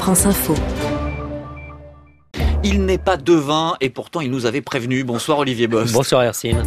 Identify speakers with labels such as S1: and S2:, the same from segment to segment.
S1: France Info.
S2: Il n'est pas devin et pourtant il nous avait prévenu. Bonsoir Olivier Bost.
S3: Bonsoir Hercine.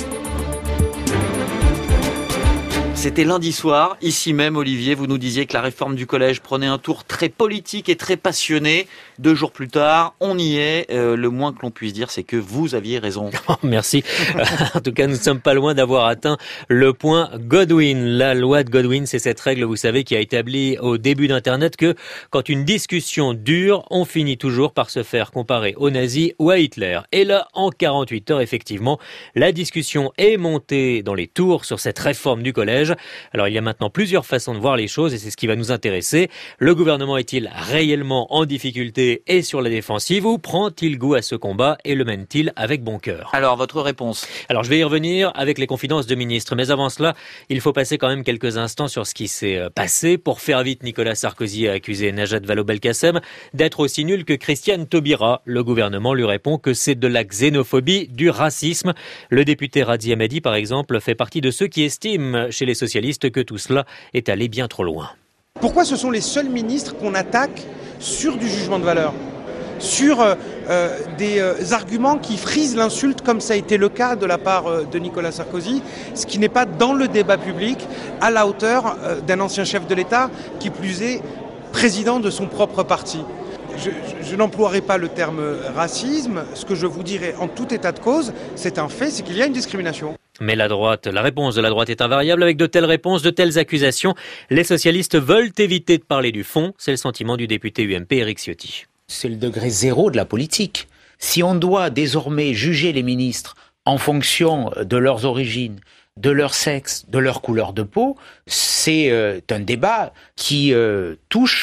S2: C'était lundi soir, ici même Olivier, vous nous disiez que la réforme du collège prenait un tour très politique et très passionné. 2 jours plus tard, on y est. Le moins que l'on puisse dire, c'est que vous aviez raison.
S3: Oh, merci. En tout cas, nous ne sommes pas loin d'avoir atteint le point Godwin. La loi de Godwin, c'est cette règle, vous savez, qui a établi au début d'Internet que quand une discussion dure, on finit toujours par se faire comparer aux nazis ou à Hitler. Et là, en 48 heures, effectivement, la discussion est montée dans les tours sur cette réforme du collège. Alors, il y a maintenant plusieurs façons de voir les choses et c'est ce qui va nous intéresser. Le gouvernement est-il réellement en difficulté et sur la défensive ou prend-il goût à ce combat et le mène-t-il avec bon cœur?
S2: Alors, votre réponse?
S3: Alors, je vais y revenir avec les confidences de ministres. Mais avant cela, il faut passer quand même quelques instants sur ce qui s'est passé. Pour faire vite, Nicolas Sarkozy a accusé Najat Vallaud-Belkacem d'être aussi nul que Christiane Taubira. Le gouvernement lui répond que c'est de la xénophobie, du racisme. Le député Radzi Hamadi, par exemple, fait partie de ceux qui estiment chez les socialistes que tout cela est allé bien trop loin.
S4: Pourquoi ce sont les seuls ministres qu'on attaque sur du jugement de valeur, sur des arguments qui frisent l'insulte, comme ça a été le cas de la part de Nicolas Sarkozy, ce qui n'est pas dans le débat public à la hauteur d'un ancien chef de l'État, qui plus est président de son propre parti. Je n'emploierai pas le terme racisme. Ce que je vous dirai en tout état de cause, c'est un fait, c'est qu'il y a une discrimination.
S3: Mais la réponse de la droite est invariable. Avec de telles réponses, de telles accusations, les socialistes veulent éviter de parler du fond. C'est le sentiment du député UMP Éric Ciotti.
S5: C'est le degré zéro de la politique. Si on doit désormais juger les ministres en fonction de leurs origines, de leur sexe, de leur couleur de peau, c'est un débat qui touche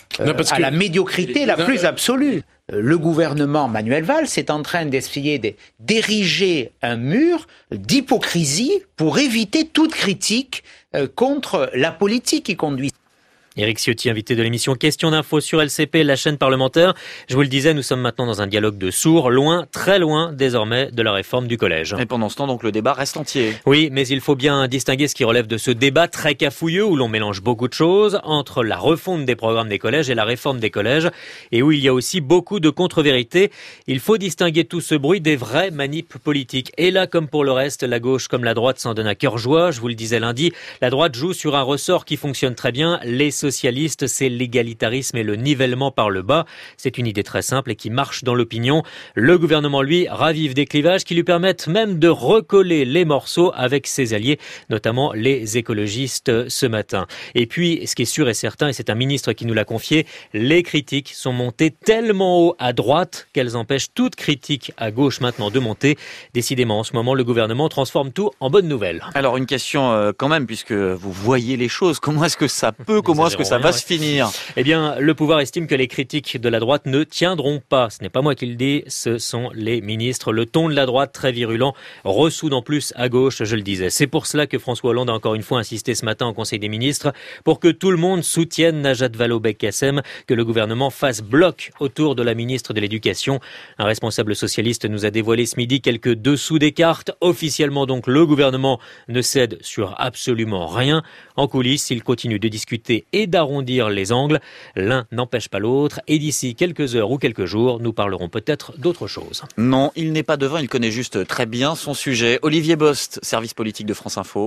S5: à la médiocrité la plus absolue. Le gouvernement Manuel Valls est en train d'essayer d'ériger un mur d'hypocrisie pour éviter toute critique contre la politique qui conduit.
S3: Éric Ciotti, invité de l'émission Question d'info sur LCP, la chaîne parlementaire. Je vous le disais, nous sommes maintenant dans un dialogue de sourds, loin, très loin désormais de la réforme du collège.
S2: Et pendant ce temps, donc, le débat reste entier.
S3: Oui, mais il faut bien distinguer ce qui relève de ce débat très cafouilleux où l'on mélange beaucoup de choses entre la refonte des programmes des collèges et la réforme des collèges et où il y a aussi beaucoup de contre-vérités. Il faut distinguer tout ce bruit des vraies manips politiques. Et là, comme pour le reste, la gauche comme la droite s'en donne à cœur joie. Je vous le disais lundi, la droite joue sur un ressort qui fonctionne très bien. Les socialistes, c'est l'égalitarisme et le nivellement par le bas. C'est une idée très simple et qui marche dans l'opinion. Le gouvernement, lui, ravive des clivages qui lui permettent même de recoller les morceaux avec ses alliés, notamment les écologistes ce matin. Et puis, ce qui est sûr et certain, et c'est un ministre qui nous l'a confié, les critiques sont montées tellement haut à droite qu'elles empêchent toute critique à gauche maintenant de monter. Décidément, en ce moment, le gouvernement transforme tout en bonne nouvelle.
S2: Alors, une question quand même, puisque vous voyez les choses. Comment est-ce que ça peut, comment est-ce que ça va se finir?
S3: Eh bien, le pouvoir estime que les critiques de la droite ne tiendront pas. Ce n'est pas moi qui le dis, ce sont les ministres. Le ton de la droite, très virulent, ressoude en plus à gauche, je le disais. C'est pour cela que François Hollande a encore une fois insisté ce matin au Conseil des ministres pour que tout le monde soutienne Najat Vallaud-Belkacem, que le gouvernement fasse bloc autour de la ministre de l'Éducation. Un responsable socialiste nous a dévoilé ce midi quelques dessous des cartes. Officiellement donc, le gouvernement ne cède sur absolument rien. En coulisses, il continue de discuter et d'arrondir les angles. L'un n'empêche pas l'autre. Et d'ici quelques heures ou quelques jours, nous parlerons peut-être d'autre chose.
S2: Non, il n'est pas devin, il connaît juste très bien son sujet. Olivier Bost, service politique de France Info.